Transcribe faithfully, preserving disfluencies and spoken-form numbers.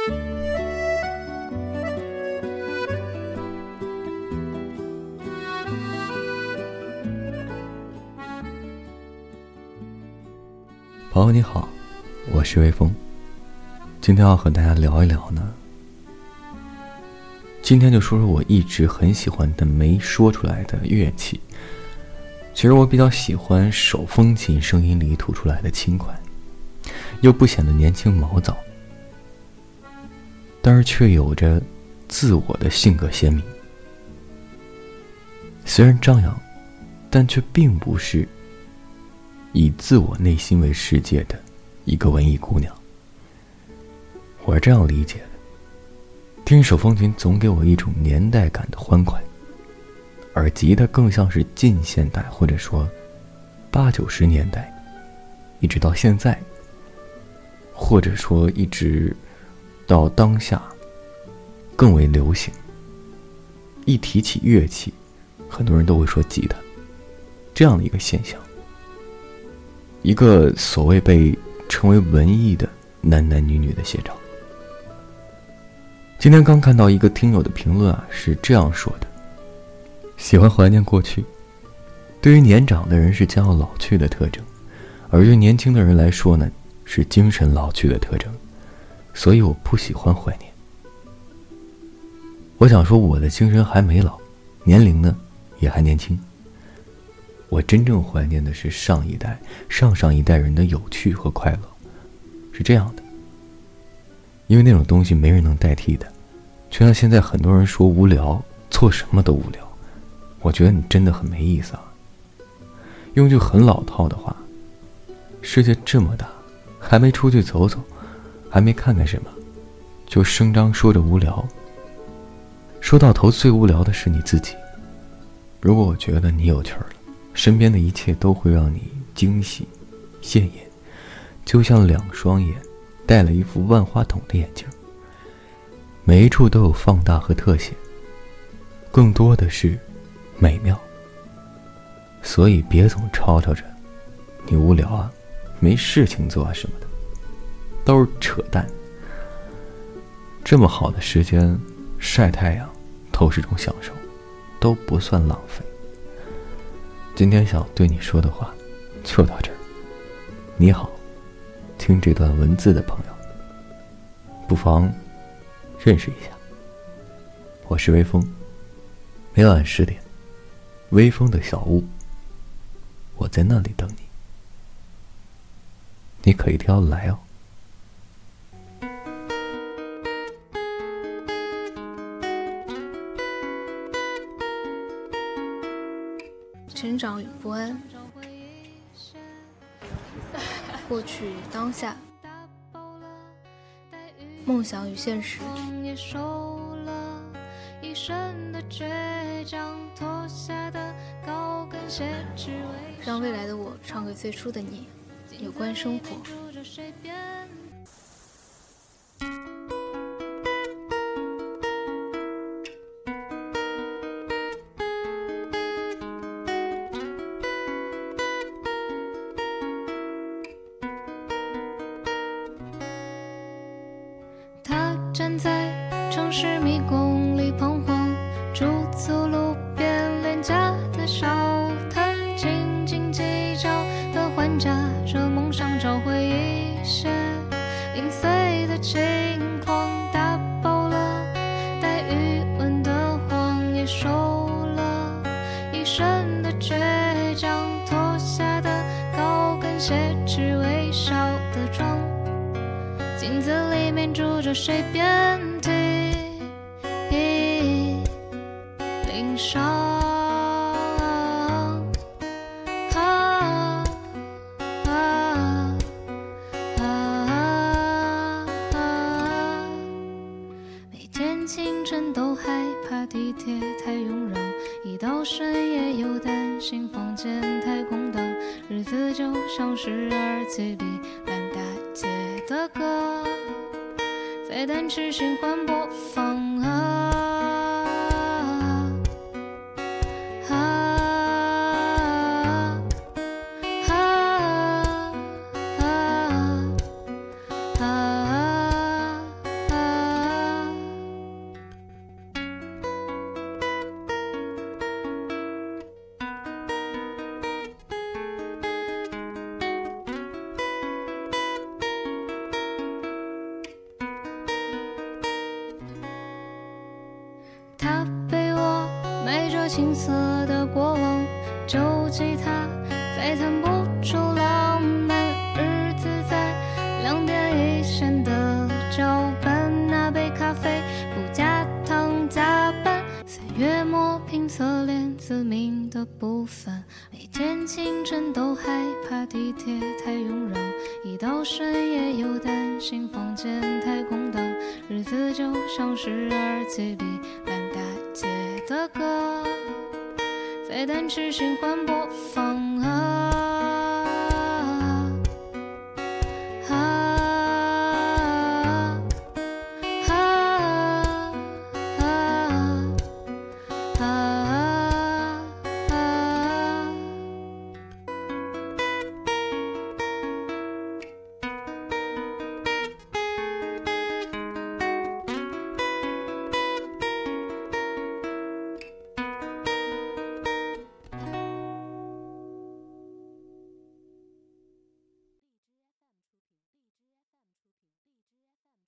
朋友你好，我是微风。今天要和大家聊一聊呢，今天就说说我一直很喜欢但没说出来的乐器。其实我比较喜欢手风琴声音里吐出来的轻快，又不显得年轻毛躁，但是却有着自我的性格鲜明。虽然张扬，但却并不是以自我内心为世界的一个文艺姑娘。我是这样理解的，听手风琴总给我一种年代感的欢快，而吉他更像是近现代或者说八九十年代一直到现在，或者说一直到当下更为流行。一提起乐器，很多人都会说吉他，这样的一个现象，一个所谓被称为文艺的男男女女的写照。今天刚看到一个听友的评论啊，是这样说的：喜欢怀念过去，对于年长的人是将要老去的特征，而对年轻的人来说呢，是精神老去的特征，所以我不喜欢怀念。我想说，我的精神还没老，年龄呢也还年轻。我真正怀念的是上一代、上上一代人的有趣和快乐，是这样的。因为那种东西没人能代替的，就像现在很多人说无聊，做什么都无聊，我觉得你真的很没意思啊。用句很老套的话，世界这么大，还没出去走走，还没看看什么，就声张说着无聊。说到头最无聊的是你自己。如果我觉得你有趣了，身边的一切都会让你惊喜现眼，就像两双眼戴了一副万花筒的眼镜，每一处都有放大和特写，更多的是美妙。所以别总吵吵着你无聊啊，没事情做啊什么的，都是扯淡。这么好的时间晒太阳都是种享受，都不算浪费。今天想对你说的话就到这儿。你好，听这段文字的朋友，不妨认识一下。我是微风，每晚十点，微风的小屋，我在那里等你，你可一定要来哦。 成长与不安，过去与当下，梦想与现实。让未来的我唱给最初的你，有关生活。 站在城市迷宫里彷徨，驻足路边廉价的小摊，斤斤计较的还价着梦想，找回一些零碎的轻狂，打包了带余温的谎，也收了一身的倔强，脱下的高跟鞋，只微笑的妆，镜子里面住着谁遍体鳞伤，啊啊啊啊！每天清晨都害怕地铁太拥攘，一到深夜又担心房间太空荡，日子就像是耳机里烂大街的歌，在单曲循环播放啊啊啊啊啊啊！ 他陪我美着青涩的过往，旧吉他沸腾不出浪漫，日子在两点一线的脚本，那杯咖啡不加糖加班，三月末拼凑连字名的部分，每天清晨都害怕地铁太拥攘，一到深夜又担心房间太空荡，日子就像是耳机里烂大街的歌，在单曲循环播放。